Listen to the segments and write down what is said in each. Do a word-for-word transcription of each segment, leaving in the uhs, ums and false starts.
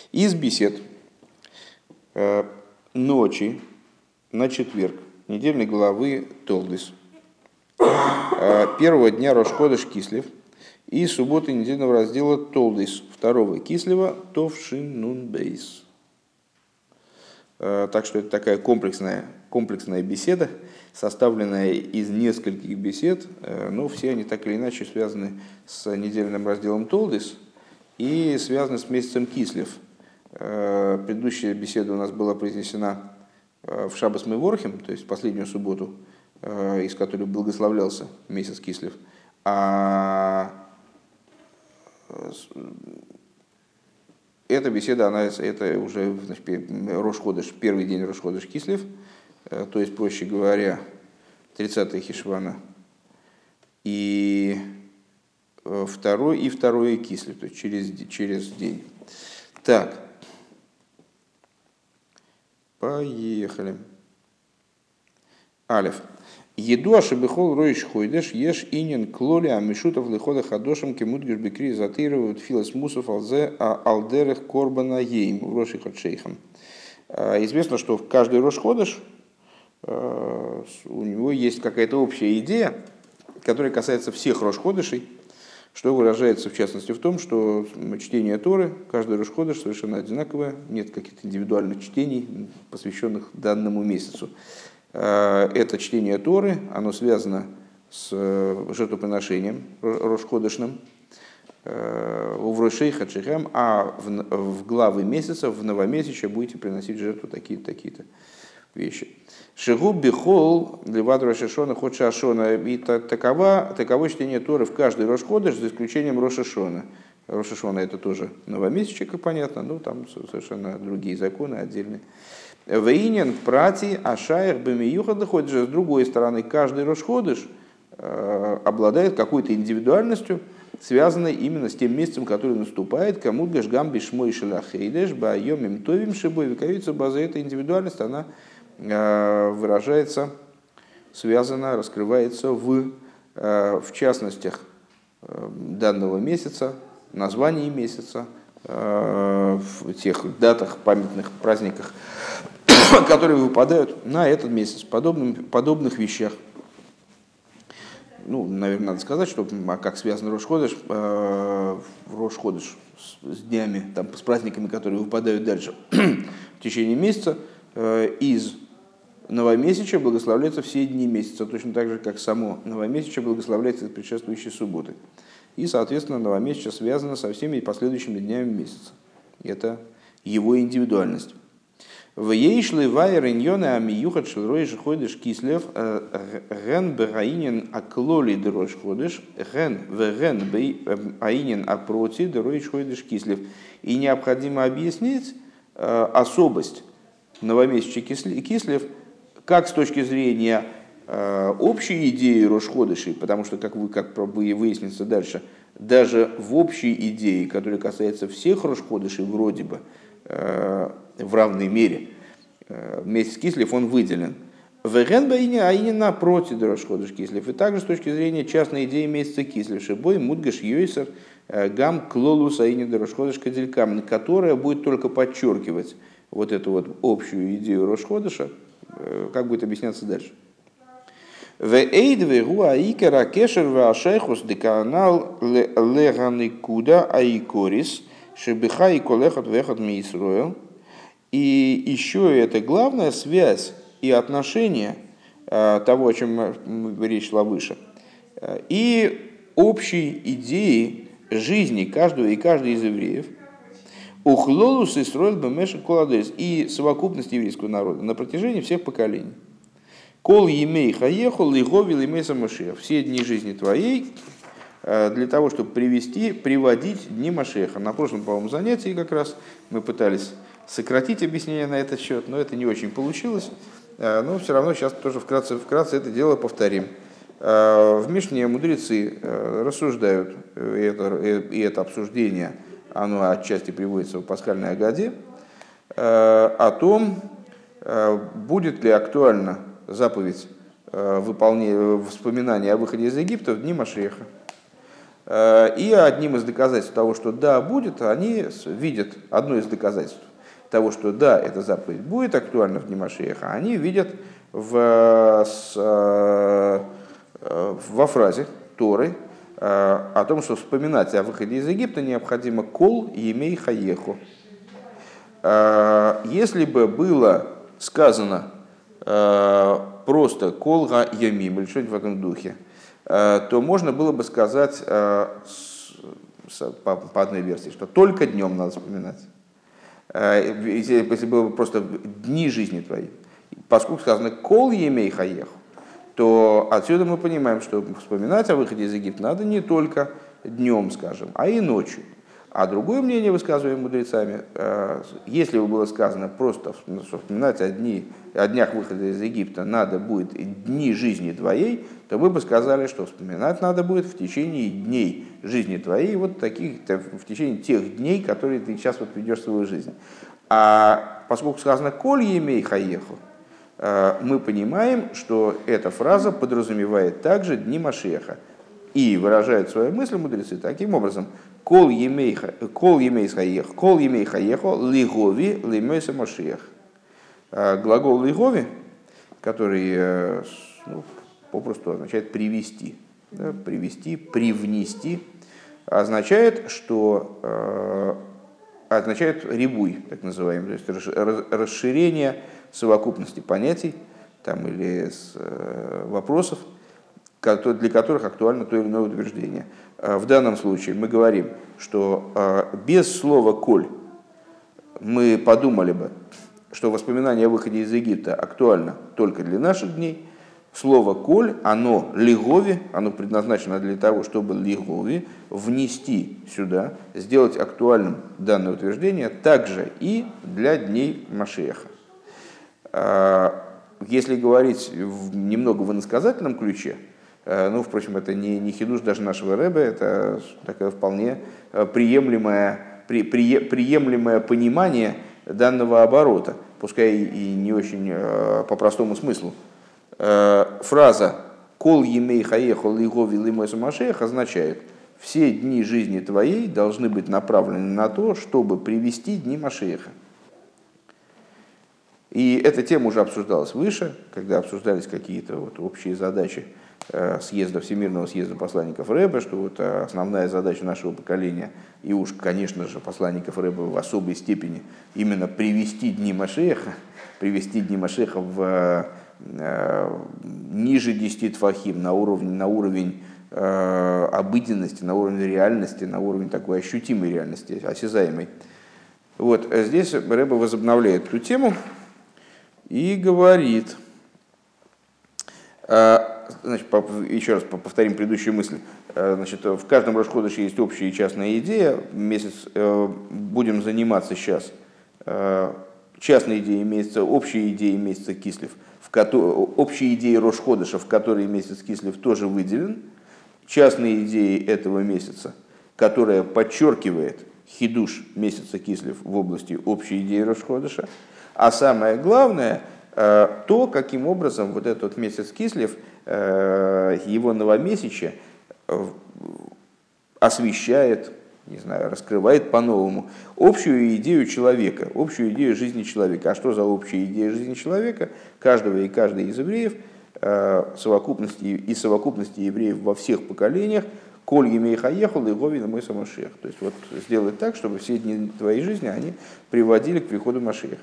Из бесед ночи на четверг недельной главы Толдос, первого дня Рош ходеш Кислев и субботы недельного раздела Толдос, второго Кислева Товшин Нун Бейс. Так что это такая комплексная, комплексная беседа, составленная из нескольких бесед, но все они так или иначе связаны с недельным разделом Толдос и связаны с месяцем Кислев. Предыдущая беседа у нас была произнесена в Шаббас Меворхим, то есть последнюю субботу, из которой благословлялся месяц Кислев. А эта беседа, она, это уже Рош ходеш, первый день Рош ходеш Кислев, то есть, проще говоря, тридцатое Хишвана, и второй, и второе Кислев, то есть через, через день. Так, поехали. Алеф. Еду ашебехол роиш хойдеш еш инин клоли амишутов лихода хадошам кемудгиш бекри затырывают филос мусов алзе алдерех корбана ейм в роши ходшейхам. Известно, что в каждый рош ходеш у него есть какая-то общая идея, которая касается всех рош ходешей, что выражается в частности в том, что чтение Торы, каждый рош ходеш совершенно одинаковое, нет каких-то индивидуальных чтений, посвященных данному месяцу. Это чтение Торы, оно связано с жертвоприношением рош ходешным, у врошей хадшихам, а в главы месяца, в новомесячие будете приносить жертву такие-то, такие-то вещи. Шигу бихол левад роша шона ходша шона. И таково, таково чтение Торы в каждый рош ходеш, за исключением роша шона. Роша шона это тоже новомесячие, как понятно, но там совершенно другие законы отдельные. Вейнин прати ашаях бемиюхад ходиш. С другой стороны, каждый рош ходеш обладает какой-то индивидуальностью, связанной именно с тем месяцем, который наступает. Кому гашгам бишмой шелахейдеш байомим товим шибой вековица база. Эта индивидуальность, она выражается, связана, раскрывается в, в частностях данного месяца, названии месяца, в тех датах, памятных праздниках, которые выпадают на этот месяц, подобным, подобных вещах. Ну, наверное, надо сказать, что как связан Рош ходеш, Рош ходеш с днями, там, с праздниками, которые выпадают дальше в течение месяца, из новомесячия благословляются все дни месяца, точно так же, как само новомесячие благословляется из предшествующей субботы. И, соответственно, новомесячие связано со всеми последующими днями месяца. Это его индивидуальность. В ейшлы вайер иньоны амиюхат шелроиш ходеш кислев ген бегаинен аклоли дрош ходеш ген веген беаинен апроти дроиш ходеш кислев. И необходимо объяснить особость новомесячия Кислев как с точки зрения общей идеи рош ходешей, потому что, как, вы, как выяснится дальше, даже в общей идее, которая касается всех рош ходешей, вроде бы, в равной мере, месяц Кислев, он выделен. Веген баине аине напротив рош ходеш Кислев. И также с точки зрения частной идеи месяца Кислев, шебой мудгаш йойсер гам клолус аине рош ходеш каделькам, которая будет только подчеркивать вот эту вот общую идею рош ходеша, как будет объясняться дальше. Веэйдве гуаикера кешер веашейхус деканал леганикуда аикорис шебиха и колехат вехат миисроэл. И еще это главная связь и отношение того, о чем речь шла выше, и общей идеи жизни каждого и каждой из евреев, ухлолус и строил бемешек коладес, и совокупность еврейского народа на протяжении всех поколений. Кол емей хаехол и говил емей самашех. Все дни жизни твоей для того, чтобы привести, приводить дни Машеха. На прошлом, по-моему, занятии как раз мы пытались сократить объяснение на этот счет, но это не очень получилось. Но все равно сейчас тоже вкратце, вкратце это дело повторим. В Мишне мудрецы рассуждают, и это, и это обсуждение, оно отчасти приводится в пасхальной Агаде, о том, будет ли актуальна заповедь выполнения, вспоминания о выходе из Египта в дни Машеха. И одним из доказательств того, что да, будет, они видят, одно из доказательств того, что да, эта заповедь будет актуальна в дни Машиаха, они видят в, с, во фразе Торы о том, что вспоминать о выходе из Египта необходимо кол емей хаеху. Если бы было сказано просто кол га ямим или что-нибудь в этом духе, то можно было бы сказать по одной версии, что только днем надо вспоминать. Если было бы просто дни жизни твоей. Поскольку сказано кол емей хаеху, то отсюда мы понимаем, что вспоминать о выходе из Египта надо не только днем, скажем, а и ночью. А другое мнение высказываем мудрецами, если бы было сказано просто вспоминать о, дни, о днях выхода из Египта надо будет дни жизни твоей, то мы бы сказали, что вспоминать надо будет в течение дней жизни твоей, вот таких, в течение тех дней, которые ты сейчас вот ведешь свою жизнь. А поскольку сказано «коль емей хаеху», мы понимаем, что эта фраза подразумевает также дни Машиаха. И выражают свою мысль мудрецы таким образом: «Кол емей хаехо, кол емей хаехо, лигови лимейса Машиах». Глагол лигови, который, ну, попросту означает привести, да, привести, привнести, означает, что означает рибуй, так называемый, то есть расширение совокупности понятий там, или вопросов, для которых актуально то или иное утверждение. В данном случае мы говорим, что без слова «коль» мы подумали бы, что воспоминание о выходе из Египта актуально только для наших дней. Слово «коль», оно лигови, оно предназначено для того, чтобы лигови внести сюда, сделать актуальным данное утверждение также и для дней Машиаха. Если говорить в, немного в иносказательном ключе, ну, впрочем, это не, не хидуш даже нашего рэбе, это такое вполне приемлемое, при, при, приемлемое понимание данного оборота, пускай и не очень по простому смыслу. Фраза «Кол емей хаехо лигови лимойса Машиах» означает: все дни жизни твоей должны быть направлены на то, чтобы привести дни Машиаха. И эта тема уже обсуждалась выше, когда обсуждались какие-то вот общие задачи съезда, Всемирного съезда посланников Рэбе, что вот основная задача нашего поколения, и уж, конечно же, посланников Рэбе в особой степени, именно привести дни Машиаха, привести дни Машиаха в ниже десяти тфахим, на уровень, на уровень э, обыденности, на уровень реальности, на уровень такой ощутимой реальности, осязаемой. Вот, здесь Рэбе возобновляет эту тему и говорит, э, значит, по, еще раз повторим предыдущую мысль. Э, значит, в каждом Рош ходеше есть общая и частная идея. Месяц э, будем заниматься сейчас. Э, частная идея месяца, общая идея месяца Кислев, в которой, общие идеи Рош ходеша, в которой месяц Кислев тоже выделен, частные идеи этого месяца, которая подчеркивает хидуш месяца Кислев в области общей идеи Рош ходеша, а самое главное, то, каким образом вот этот месяц Кислев, его новомесячье освещает, не знаю, раскрывает по-новому общую идею человека, общую идею жизни человека. А что за общая идея жизни человека? Каждого и каждой из евреев, совокупности и совокупности евреев во всех поколениях, коль емей хаехал и гови на мой самашех. То есть вот сделать так, чтобы все дни твоей жизни они приводили к приходу Машеха.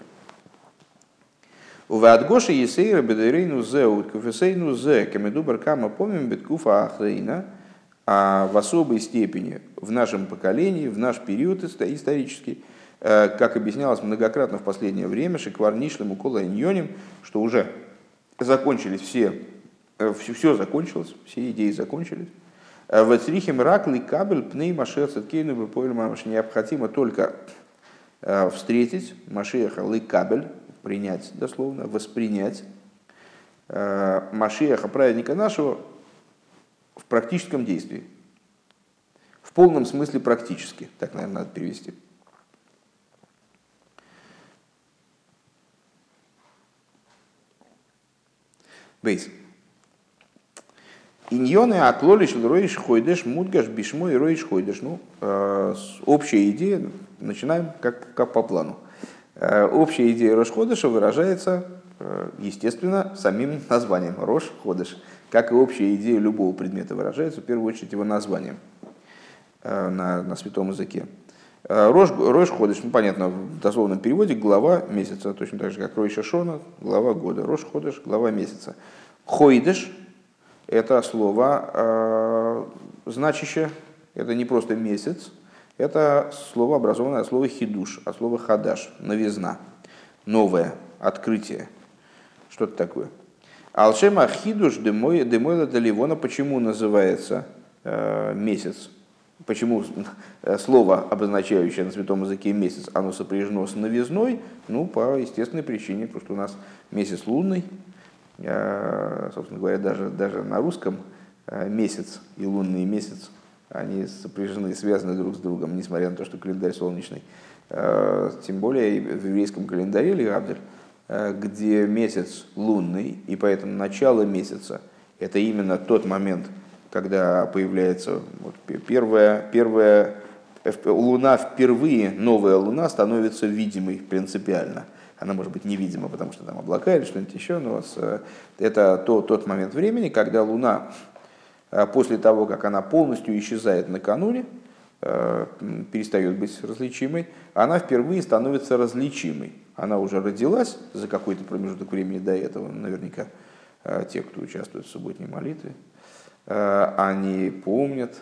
У Вадгоши Есейра Бедерейну Зе, у Куфесейну Зе, Камедубар Кама помним Беткуфа Ахрейна. А в особой степени в нашем поколении, в наш период исторический, как объяснялось многократно в последнее время, Шикварнишлем Укола Иньоним, что уже закончились все, все закончилось, все идеи закончились. В Црихим Ракли Кабель Пней Машех Цеткейну Бепоэльмамаш, необходимо только встретить Машеха Лыкабель, принять дословно, воспринять Машеха, праведника нашего, в практическом действии. В полном смысле практически. Так, наверное, надо перевести. Бейс. Иньоны аклолиш роиш хойдеш мудгаш бишмо и роиш хойдеш. Ну, общая идея, начинаем как, как по плану. Общая идея Рош Ходеша выражается, естественно, самим названием Рош Ходеш, как и общая идея любого предмета выражается, в первую очередь, его названием на, на святом языке. Рош, Рош Ходеш, ну, понятно, в дословном переводе глава месяца, точно так же, как Рой Шашона, глава года. Рош Ходеш, глава месяца. Хойдеш — это слово, э, значащее, это не просто месяц, это слово, образованное от слова хидуш, от слова хадаш, новизна, новое, открытие, что-то такое. Алшема хидуш демойла деливона, почему называется э, месяц? Почему слово, обозначающее на святом языке месяц, оно сопряжено с новизной? Ну, по естественной причине, потому что у нас месяц лунный, э, собственно говоря, даже, даже на русском э, месяц и лунный месяц, они сопряжены, связаны друг с другом, несмотря на то, что календарь солнечный. Тем более в еврейском календаре Лигабдель, где месяц лунный, и поэтому начало месяца — это именно тот момент, когда появляется вот первая, первая луна, впервые новая луна становится видимой принципиально. Она может быть невидима, потому что там облака или что-нибудь еще, но это то, тот момент времени, когда луна, после того, как она полностью исчезает накануне, перестает быть различимой, она впервые становится различимой. Она уже родилась за какой-то промежуток времени до этого, наверняка те, кто участвует в субботней молитве, они помнят,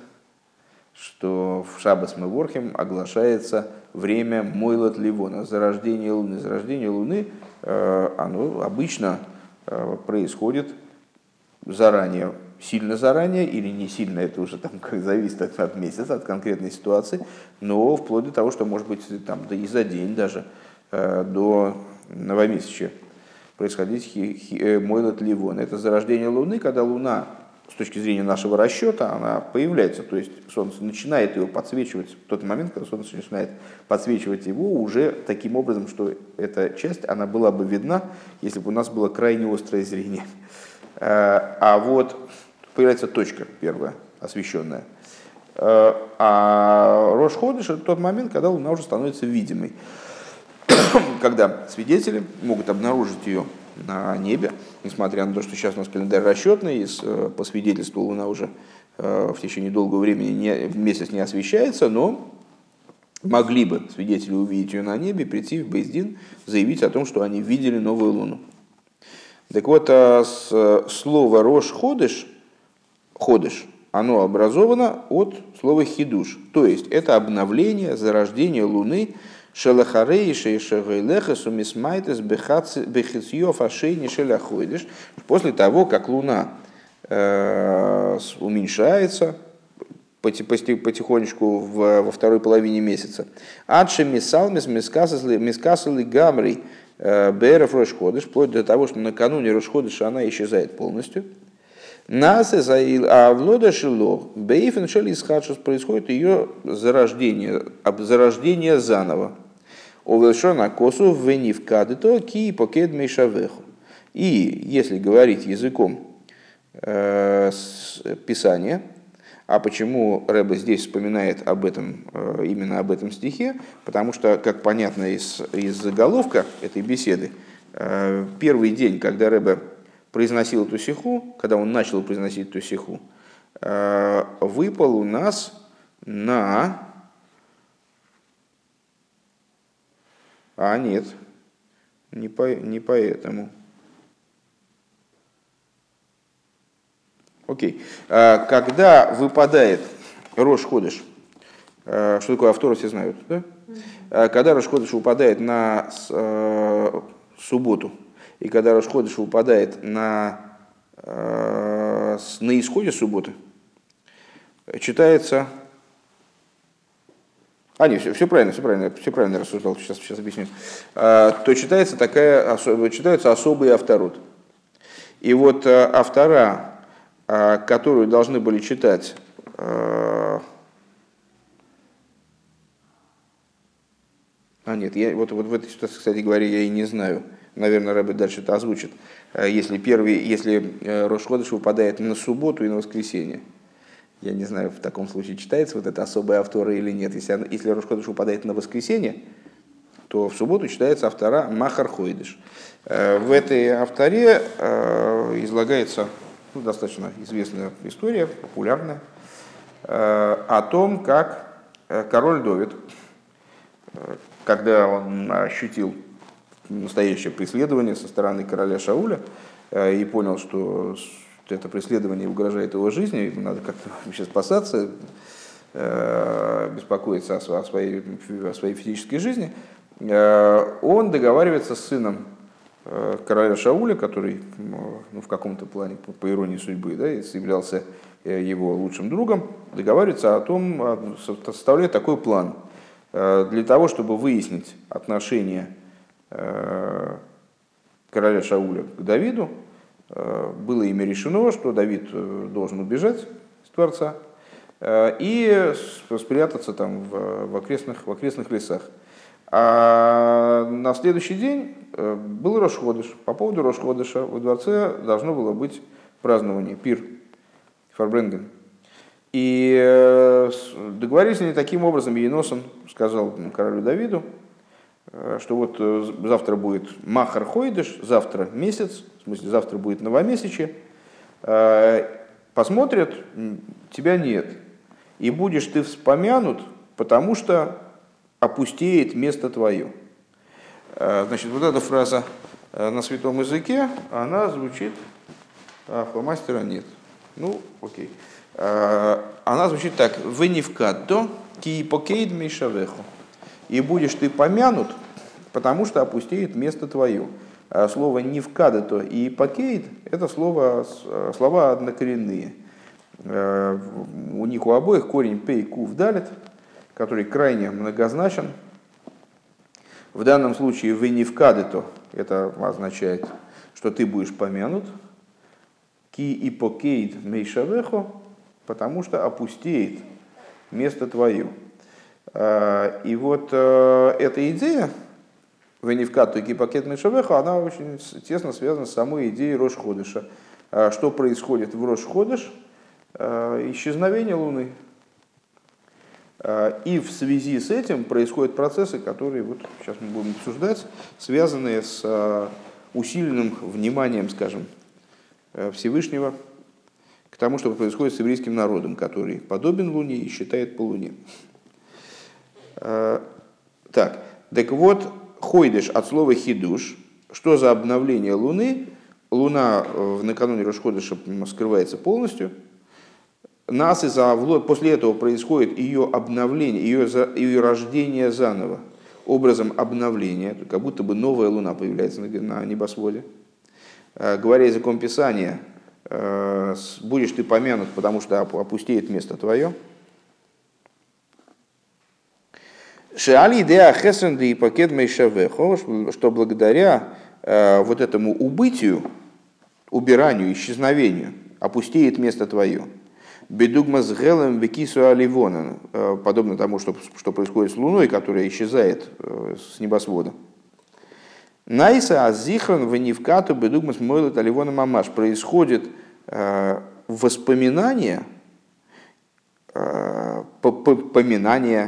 что в Шаббас Меворхим оглашается время Мойлот Ливона, зарождение Луны. Зарождение Луны, оно обычно происходит заранее, сильно заранее или не сильно, это уже там как зависит от, от месяца, от конкретной ситуации, но вплоть до того, что может быть там, да и за день даже э, до новомесяча происходить хи, хи, Мойлот Ливон. Это зарождение Луны, когда Луна, с точки зрения нашего расчета, она появляется, то есть Солнце начинает его подсвечивать в тот момент, когда Солнце начинает подсвечивать его уже таким образом, что эта часть, она была бы видна, если бы у нас было крайне острое зрение. А вот появляется точка первая, освещенная. А Рош Ходеш — это тот момент, когда Луна уже становится видимой. Когда свидетели могут обнаружить ее на небе, несмотря на то, что сейчас у нас календарь расчетный, и по свидетельству Луна уже в течение долгого времени не, месяц не освещается, но могли бы свидетели увидеть ее на небе, прийти в Бейс Дин, заявить о том, что они видели новую Луну. Так вот, слово Рош Ходеш, Ходеш, оно образовано от слова хидуш, то есть это обновление, зарождение Луны, после того, как Луна э, уменьшается потихонечку во второй половине месяца. Адши мисалмис мискасали гамри бэров Рош Ходеш, вплоть до того, что накануне Рош Ходеша она исчезает полностью. Нас заил авлода шило бейфен шелис хадшус, происходит ее зарождение, зарождение заново. Овелшона косу венив кадето ки покед мейшавеху. И если говорить языком э, Писания, а почему Рэбе здесь вспоминает об этом, э, именно об этом стихе? Потому что, как понятно из, из заголовка этой беседы, э, первый день, когда Рэбе произносил эту сиху, когда он начал произносить эту сиху, э, выпал у нас на... А нет, не, по, не поэтому. Окей. Когда выпадает Рош Ходеш, что такое Автору, все знают, да? Когда Рош Ходеш выпадает на субботу, и когда Рош Ходеш выпадает на, на исходе субботы, читается... А, нет, все, все правильно, все правильно, все правильно рассуждал, сейчас, сейчас объясню. То читается такая, читаются особые авторот. И вот автора, которую должны были читать А нет, я, вот, вот в этой ситуации, кстати говоря, я и не знаю, наверное, Рэбе дальше это озвучит, если, первый, если Рош ходеш выпадает на субботу и на воскресенье. Я не знаю, в таком случае читается вот это особая автора или нет. Если, если Рош ходеш выпадает на воскресенье, то в субботу читается автора Махар Хойдеш. В этой авторе излагается ну, достаточно известная история, популярная, о том, как король Довид, когда он ощутил настоящее преследование со стороны короля Шауля и понял, что это преследование угрожает его жизни, ему надо как-то вообще спасаться, беспокоиться о своей, о своей физической жизни, он договаривается с сыном короля Шауля, который ну, в каком-то плане, по, по иронии судьбы, да, являлся его лучшим другом, договаривается о том, составляет такой план для того, чтобы выяснить отношение короля Шауля к Давиду. Было ими решено, что Давид должен убежать из дворца и спрятаться там в, в, окрестных, в окрестных лесах. А на следующий день был Рош ходеш. По поводу Рош ходеша во дворце должно было быть празднование, пир, фарбренген. И договорились они таким образом, Еносон сказал королю Давиду, что вот завтра будет Махар Хойдеш, завтра месяц, в смысле завтра будет новомесячье, посмотрят, тебя нет, и будешь ты вспомянут, потому что опустеет место твое. Значит, вот эта фраза на святом языке, она звучит, а фломастера нет. Ну, окей. Она звучит так: «Вы не вкадто, ки покейд мейшавеху». И будешь ты помянут, потому что опустеет место твое. Слово «нивкадато» и «покейд» — это слово, слова однокоренные. У них у обоих корень «пей кув далит», который крайне многозначен. В данном случае «вы нивкадато» — это означает, что ты будешь помянут. «Ки и покейд мейшавехо», потому что опустеет место твое. И вот эта идея «Венивкату и кипакет мешавеха», она очень тесно связана с самой идеей Рош ходеша. Что происходит в Рош ходеш? Исчезновение Луны. И в связи с этим происходят процессы, которые вот сейчас мы будем обсуждать, связанные с усиленным вниманием, скажем, Всевышнего к тому, что происходит с еврейским народом, который подобен Луне и считает по Луне. Так, так вот, хойдеш от слова хидуш. Что за обновление Луны? Луна в накануне Рош ходеша скрывается полностью. Нас из-за после этого происходит ее обновление, ее, ее рождение заново, образом обновления, как будто бы новая Луна появляется на небосводе. Говоря языком Писания, будешь ты помянут, потому что опустеет место твое. Шеали идея хесенды и пакет мейшавехо, что благодаря вот этому убытию, убиранию, исчезновению, опустеет место твое. Бедугма с гелем векису аливона, подобно тому, что, что происходит с Луной, которая исчезает с небосвода. Найса азихан венивкату бедугма с мойлет аливона мамаш. Происходит воспоминание, поминание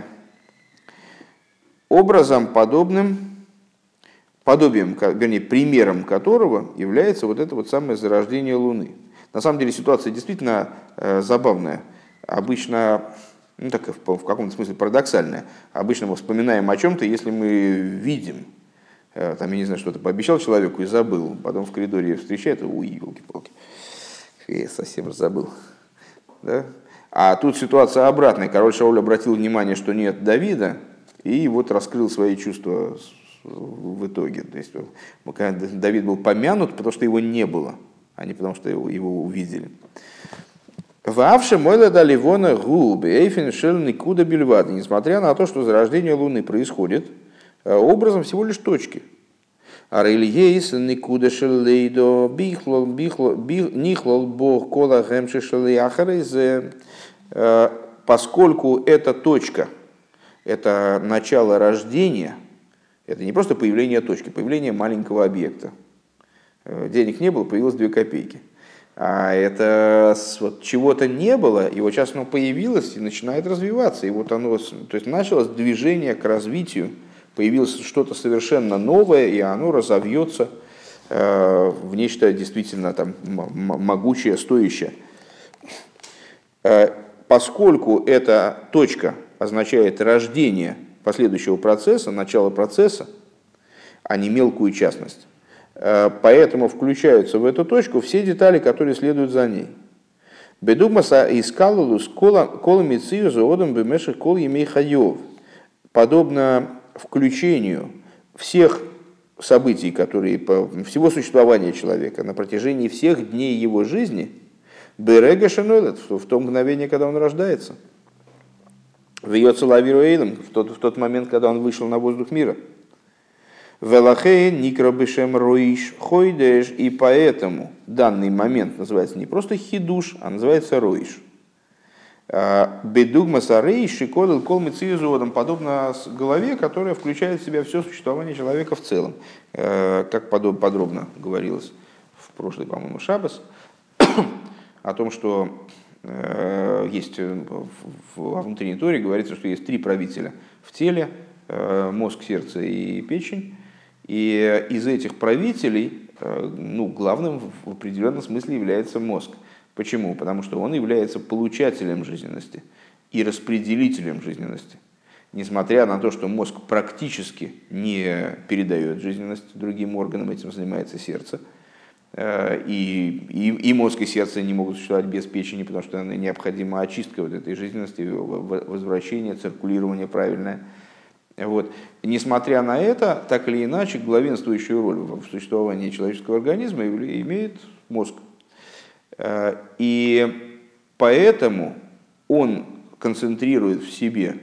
образом подобным, подобием, вернее, примером которого является вот это вот самое зарождение Луны. На самом деле ситуация действительно э, забавная. Обычно, ну так в, в каком-то смысле парадоксальная. Обычно мы вспоминаем о чем-то, если мы видим. Э, там, я не знаю, что-то пообещал человеку и забыл. Потом в коридоре встречает, уй, елки-палки. Я совсем забыл. Да? А тут ситуация обратная. Король Шауль обратил внимание, что нет Давида, и вот раскрыл свои чувства в итоге. То есть Давид был помянут, потому что его не было, а не потому, что его, его увидели. Вавши мойла дали вона губы, эйфен шел никуда бельвады. Несмотря на то, что зарождение Луны происходит образом всего лишь точки. Арельейс никуда шелейдо бихлол бихлол нихлол бог кола гемши шелейахарез. Поскольку эта точка, это начало рождения, Это не просто появление точки, появление маленького объекта. Денег не было, появилось две копейки. А это вот чего-то не было, и вот сейчас оно появилось и начинает развиваться. И вот оно, то есть началось движение к развитию, появилось что-то совершенно новое, и оно разовьется э, в нечто действительно там, могучее, стоящее. Э, поскольку эта точка означает рождение последующего процесса, начало процесса, а не мелкую частность, поэтому включаются в эту точку все детали, которые следуют за ней. Бедугмаса искалулус коломицию заодом бемеших кол емей хайов. Подобно включению всех событий, которые, всего существования человека на протяжении всех дней его жизни, берега шенойлет, в то мгновение, когда он рождается, в ее целавируэйлом, в тот, в тот момент, когда он вышел на воздух мира. Велахей никробышем роиш хойдеш, и поэтому данный момент называется не просто хидуш, а называется роиш. Бедугмаса рейш и кодал колмицизуодом, подобно голове, которая включает в себя все существование человека в целом, как подробно говорилось в прошлый, по-моему, шаббас, о том, что есть во внутренней Торе говорится, что есть три правителя в теле: мозг, сердце и печень. И из этих правителей, ну, главным в определенном смысле является мозг. Почему? Потому что он является получателем жизненности и распределителем жизненности. Несмотря на то, что мозг практически не передает жизненность другим органам, этим занимается сердце. И, и, и мозг, и сердце не могут существовать без печени, потому что необходима очистка вот этой жизненности, возвращение, циркулирование правильное. Вот. Несмотря на это, так или иначе, главенствующую роль в существовании человеческого организма имеет мозг. И поэтому он концентрирует в себе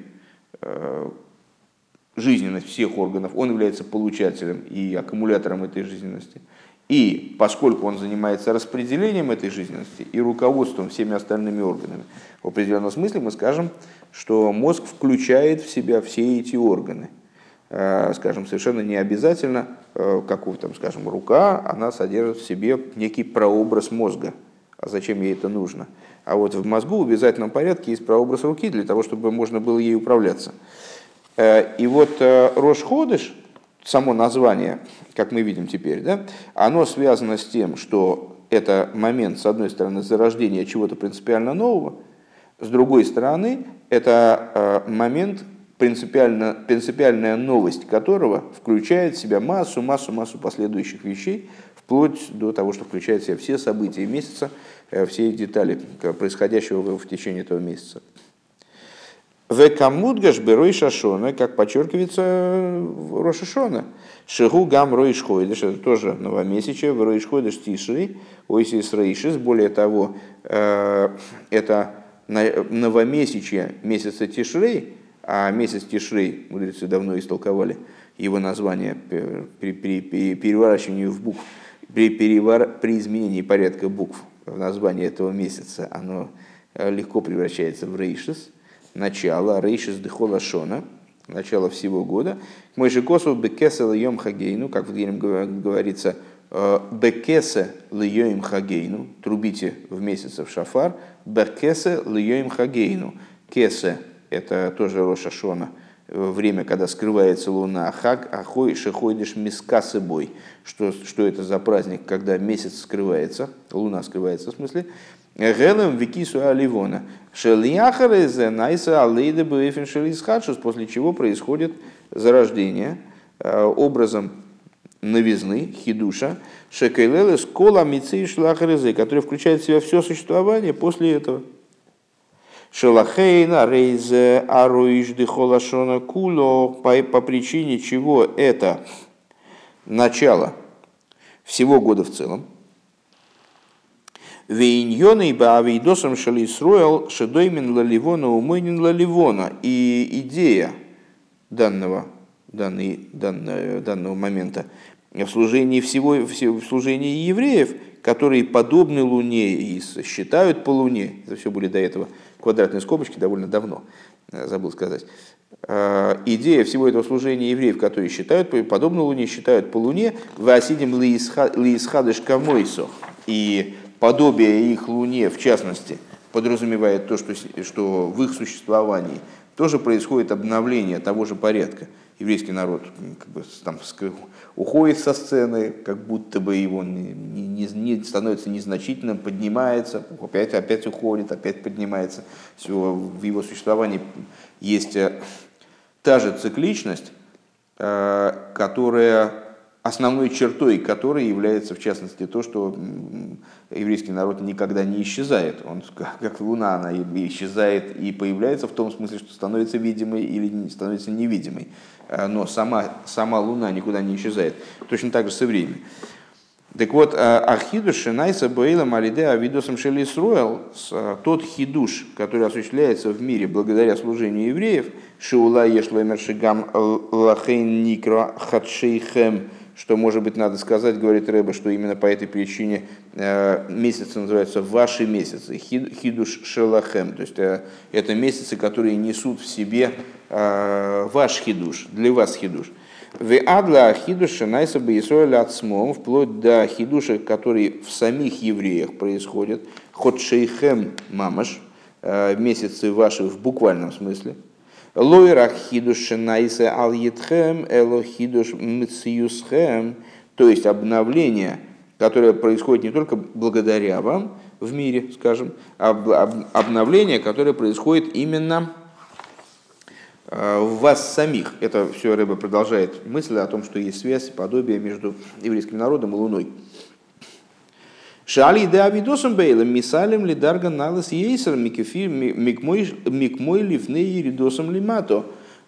жизненность всех органов, он является получателем и аккумулятором этой жизненности. И поскольку он занимается распределением этой жизненности и руководством всеми остальными органами, в определенном смысле мы скажем, что мозг включает в себя все эти органы. Скажем, совершенно не обязательно, как, там, скажем, рука, она содержит в себе некий прообраз мозга. А зачем ей это нужно? А вот в мозгу в обязательном порядке есть прообраз руки, для того, чтобы можно было ей управляться. И вот Рош Ходеш, само название, как мы видим теперь, да, оно связано с тем, что это момент, с одной стороны, зарождения чего-то принципиально нового, с другой стороны, это момент, принципиально, принципиальная новость которого включает в себя массу, массу, массу последующих вещей, вплоть до того, что включает в себя все события месяца, все детали происходящего в течение этого месяца. Векамудгаш берой шашона, как подчеркивается в Рош ха-Шана, шигу гам роиш хойдеш, это тоже новомесячие, в роиш хойдеш тишри, ойсис рейшис, более того, это новомесячие месяца Тишрей, а месяц Тишрей, мудрецы давно истолковали его название при, при, при переворачивании в букв, при, перевор, при изменении порядка букв в названии этого месяца, оно легко превращается в рейшис, начало, рейшис дехола шона, начало всего года. Мой же косу бекесе льем хагейну, как в Гелем говорится, бекесе льем хагейну, трубите в месяце в шафар, бекесе льем хагейну. Кесе — это тоже Рош ха-Шана, время, когда скрывается луна, хаг ахой шехойдеш мискасы бой. Что, что это за праздник, когда месяц скрывается, луна скрывается в смысле. Гелем викису аливона. Шельяхарезе найса алейде бэйфен шелисхадшус, после чего происходит зарождение образом новизны, хидуша, шекейлеле скола мицей шлахарезе, который включает в себя все существование после этого. Шелахейна рейзе аруиш дехолашона куло, по причине чего это начало всего года в целом. Вейньоны баавейдосам шалисруэл шедоймин лаливона умойнин лаливона. И идея данного, данный, данного, данного момента в служении всего, в служении евреев, которые подобны Луне и считают по Луне, это все были до этого квадратные скобочки довольно давно, забыл сказать, идея всего этого служения евреев, которые считают, подобно Луне, считают по Луне, «Ваасидим лиисхадыш камойсо». И подобие их Луне, в частности, подразумевает то, что, что в их существовании тоже происходит обновление того же порядка. Еврейский народ как бы, там, уходит со сцены, как будто бы его не, не, не становится незначительным, поднимается, опять, опять уходит, опять поднимается. Все, в его существовании есть та же цикличность, которая, основной чертой которой является, в частности, то, что еврейский народ никогда не исчезает. Он, как Луна, она исчезает и появляется в том смысле, что становится видимой или становится невидимой. Но сама, сама Луна никуда не исчезает. Точно так же с евреями. Так вот, ахидуш шинайса бэйлам алиде авидосам шелисруэл, тот хидуш, который осуществляется в мире благодаря служению евреев, шиула ешлэмер шигам лахейн никро хадшейхэм, что, может быть, надо сказать, говорит Рэбе, что именно по этой причине месяцы называются ваши месяцы, хидуш шелахэм, то есть это месяцы, которые несут в себе ваш хидуш, для вас хидуш. Веадла хидуша найса бейсоэль ацмом, вплоть до хидуша, который в самих евреях происходит, ход шейхем мамаш, месяцы ваши в буквальном смысле. Лойрах хидуша найса ал етхем, эло хидуш мциюсхем, то есть обновление, которое происходит не только благодаря вам в мире, скажем, а обновление, которое происходит именно в вас самих. Это все Рэбе продолжает мысль о том, что есть связь, подобие между еврейским народом и Луной. Шали де авидосом бейлем мисалем ли дарга налас ейсер микмой ливней ридосом лимато.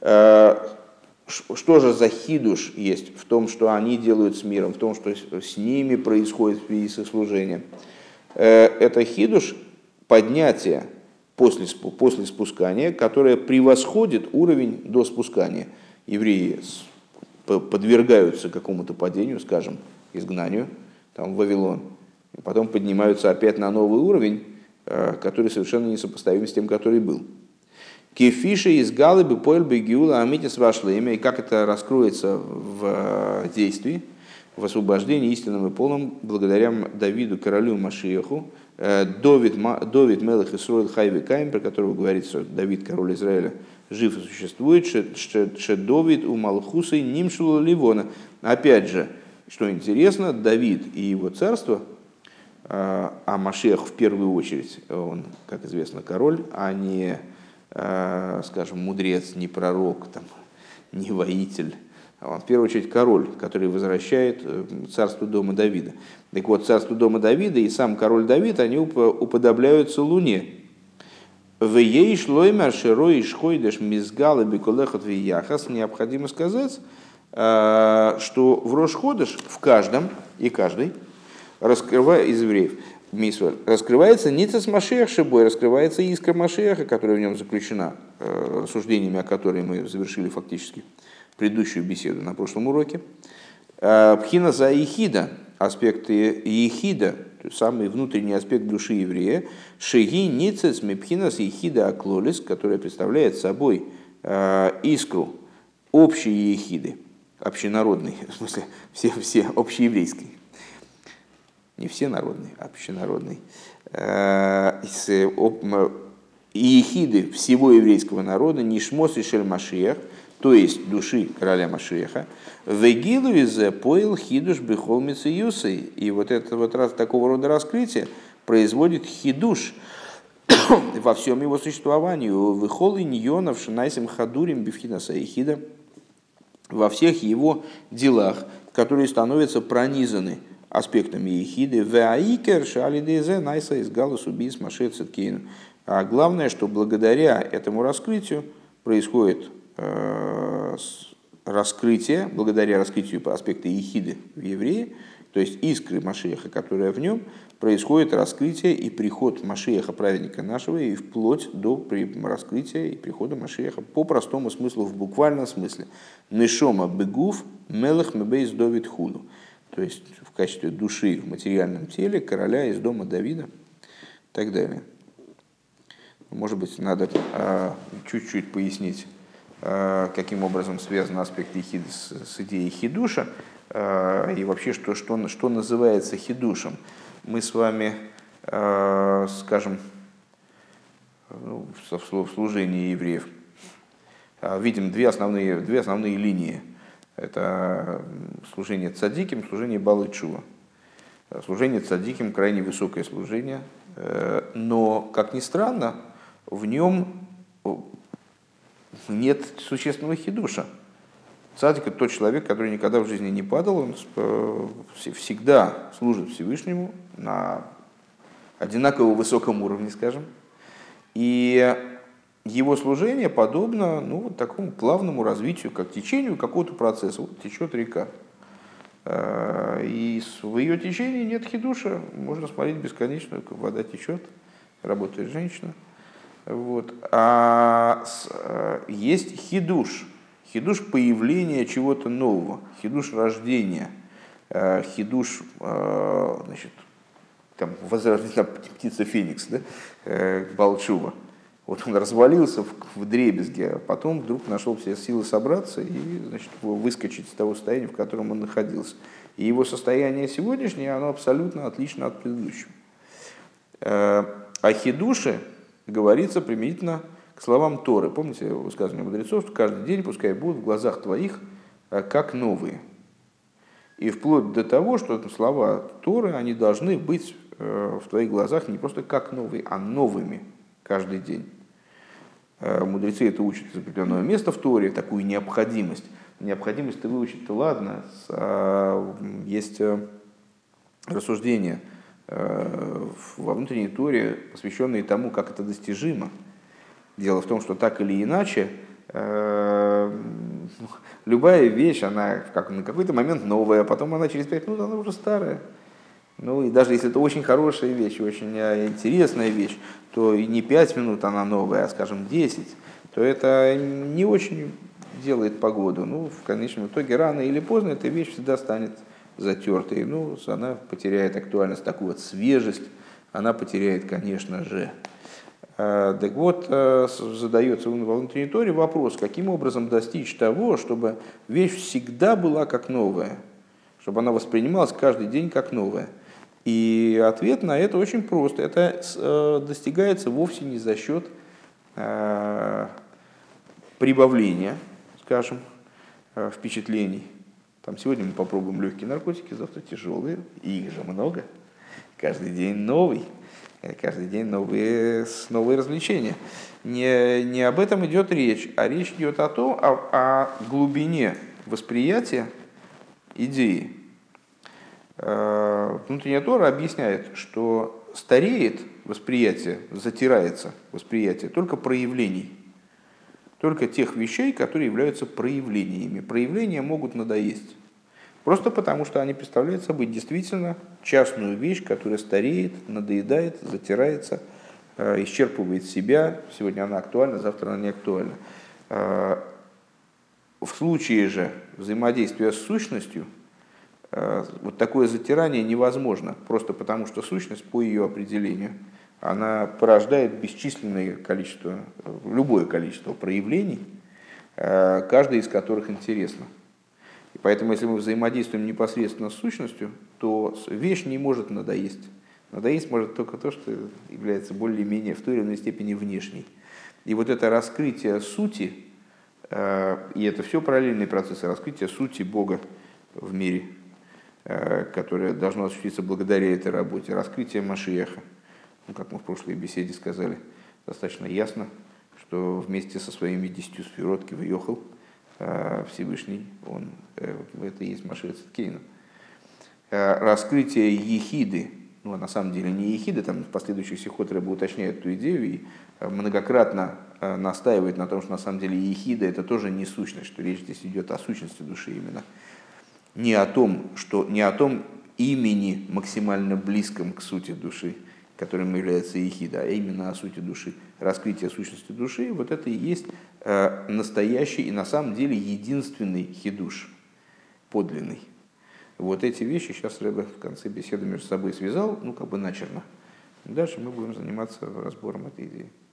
Что же за хидуш есть в том, что они делают с миром, в том, что с ними происходит в связи с их служением? Это хидуш поднятия После, после спускания, которое превосходит уровень до спускания. Евреи подвергаются какому-то падению, скажем, изгнанию, там, в Вавилон, и потом поднимаются опять на новый уровень, который совершенно несопоставим с тем, который был. Кефиши из галыбы поэльбы гиула амитис ваше имя, и как это раскроется в действии, в освобождении истинным и полным, благодаря Давиду, королю Машиеху, Довид, Довид Мелех Исроил Хайви Каим, про которого говорится, что Давид, король Израиля, жив и существует, что Довид у Малхуса Нимшула Ливона. Опять же, что интересно, Давид и его царство, а Машиах в первую очередь, он, как известно, король, а не, скажем, мудрец, не пророк, там, не воитель. Он, в первую очередь, король, который возвращает царство дома Давида. Так вот, царство дома Давида и сам король Давид, они уподобляются Луне. Вееш лоймер широй шхойдеш мизгалы беколехот вияхас. Необходимо сказать, что в Рош-Ходеш в каждом и каждой, раскрывая из евреев, раскрывается ницес Машиах шибой, раскрывается искра Машиаха, которая в нем заключена, рассуждениями о которой мы завершили фактически предыдущую беседу на прошлом уроке. Пхина за ехида, аспекты ехида, самый внутренний аспект души еврея, шеги ницец мепхинас ехида аклолис, которая представляет собой искру общей ехиды, общенародной, в смысле все, все общееврейской, не все народные, а общенародной, ехиды всего еврейского народа, нишмос и шель Машиах, то есть души короля Машиаха, вегилуизе поил хидуш бихол мициюсой. И вот это вот раз такого рода раскрытие производит хидуш во всем его существовании. Вихол иньонов шинайсим хадурим бифхинаса и хида, во всех его делах, которые становятся пронизаны аспектами ехиды. Веаикер шалидезе найса из галус убийц Маше Цеткейну. А главное, что благодаря этому раскрытию происходит раскрытие, благодаря раскрытию аспекта ехиды в еврее, то есть искры Машиаха, которая в нем, происходит раскрытие и приход Машиаха, праведника нашего, и вплоть до раскрытия и прихода Машиаха по простому смыслу, в буквальном смысле. Нешома бегуф мелех мебейс Довид худу, то есть в качестве души в материальном теле короля из дома Давида и так далее. Может быть, надо а, чуть-чуть пояснить каким образом связан аспект ехиды с, с идеей хидуша, и вообще, что, что, что называется хидушем. Мы с вами, скажем, в служении евреев видим две основные, две основные линии. Это служение цадиким, служение балы чува. Служение цадиким крайне высокое служение, но, как ни странно, в нем нет существенного хидуша. Цадик — это тот человек, который никогда в жизни не падал, он всегда служит Всевышнему на одинаково высоком уровне, скажем. И его служение подобно ну, вот такому плавному развитию, как течению какого-то процесса. Вот течет река. И в ее течении нет хидуша. Можно смотреть бесконечно, как вода течет, работает женщина. Вот. А есть хидуш. Хидуш появления чего-то нового. Хидуш рождения. Хидуш, значит, там, возрождена птица Феникс, да? Балчува. Вот он развалился в, в дребезге, а потом вдруг нашел все силы собраться и значит, выскочить из того состояния, в котором он находился. И его состояние сегодняшнее, оно абсолютно отлично от предыдущего. О хидуше говорится применительно к словам Торы. Помните высказывание мудрецов, что каждый день пускай будут в глазах твоих как новые. И вплоть до того, что слова Торы, они должны быть в твоих глазах не просто как новые, а новыми каждый день. Мудрецы это учат из определенного места в Торе, такую необходимость. Необходимость ты выучить-то ладно, есть рассуждения во внутренней Торе, посвященные тому, как это достижимо. Дело в том, что так или иначе, любая вещь, она как, на какой-то момент новая, а потом она через пять минут она уже старая. Ну и даже если это очень хорошая вещь, очень интересная вещь, то и не пять минут она новая, а, скажем, десять, то это не очень делает погоду. Ну, в конечном итоге, рано или поздно эта вещь всегда станет затертой. Ну, она потеряет актуальность, такую вот свежесть, она потеряет, конечно же. Так вот, задается во внутренней Торе вопрос, каким образом достичь того, чтобы вещь всегда была как новая, чтобы она воспринималась каждый день как новая. И ответ на это очень прост. Это достигается вовсе не за счет прибавления, скажем, впечатлений. Там сегодня мы попробуем легкие наркотики, завтра тяжелые, и их же много. Каждый день новый, каждый день новые, новые развлечения. Не, не об этом идет речь, а речь идет о том, о, о глубине восприятия идеи. Внутренняя Тора объясняет, что стареет восприятие, затирается восприятие только проявлений, только тех вещей, которые являются проявлениями. Проявления могут надоесть, просто потому что они представляют собой действительно частную вещь, которая стареет, надоедает, затирается, исчерпывает себя. Сегодня она актуальна, завтра она не актуальна. В случае же взаимодействия с сущностью, вот такое затирание невозможно, просто потому что сущность, по ее определению, она порождает бесчисленное количество, любое количество проявлений, каждое из которых интересно. И поэтому, если мы взаимодействуем непосредственно с сущностью, то вещь не может надоесть. Надоесть может только то, что является более-менее в той или иной степени внешней. И вот это раскрытие сути, и это все параллельные процессы раскрытия сути Бога в мире, которое должно осуществиться благодаря этой работе, раскрытие Машиаха. Ну, как мы в прошлой беседе сказали, достаточно ясно, что вместе со своими десятью сферот Кивьохал Всевышний, он, это и есть Машиах Цидкейну. Раскрытие ехиды, ну, а на самом деле не ехиды, там в последующих сихот Рэбе уточняет эту идею и многократно настаивает на том, что на самом деле ехида это тоже не сущность, что речь здесь идет о сущности души именно. Не о том, что, не о том имени максимально близком к сути души, которым является ехида, а именно о сути души, раскрытие сущности души, вот это и есть э, настоящий и на самом деле единственный хидуш, подлинный. Вот эти вещи сейчас Рэбе в конце беседы между собой связал, ну как бы начерно. Дальше мы будем заниматься разбором этой идеи.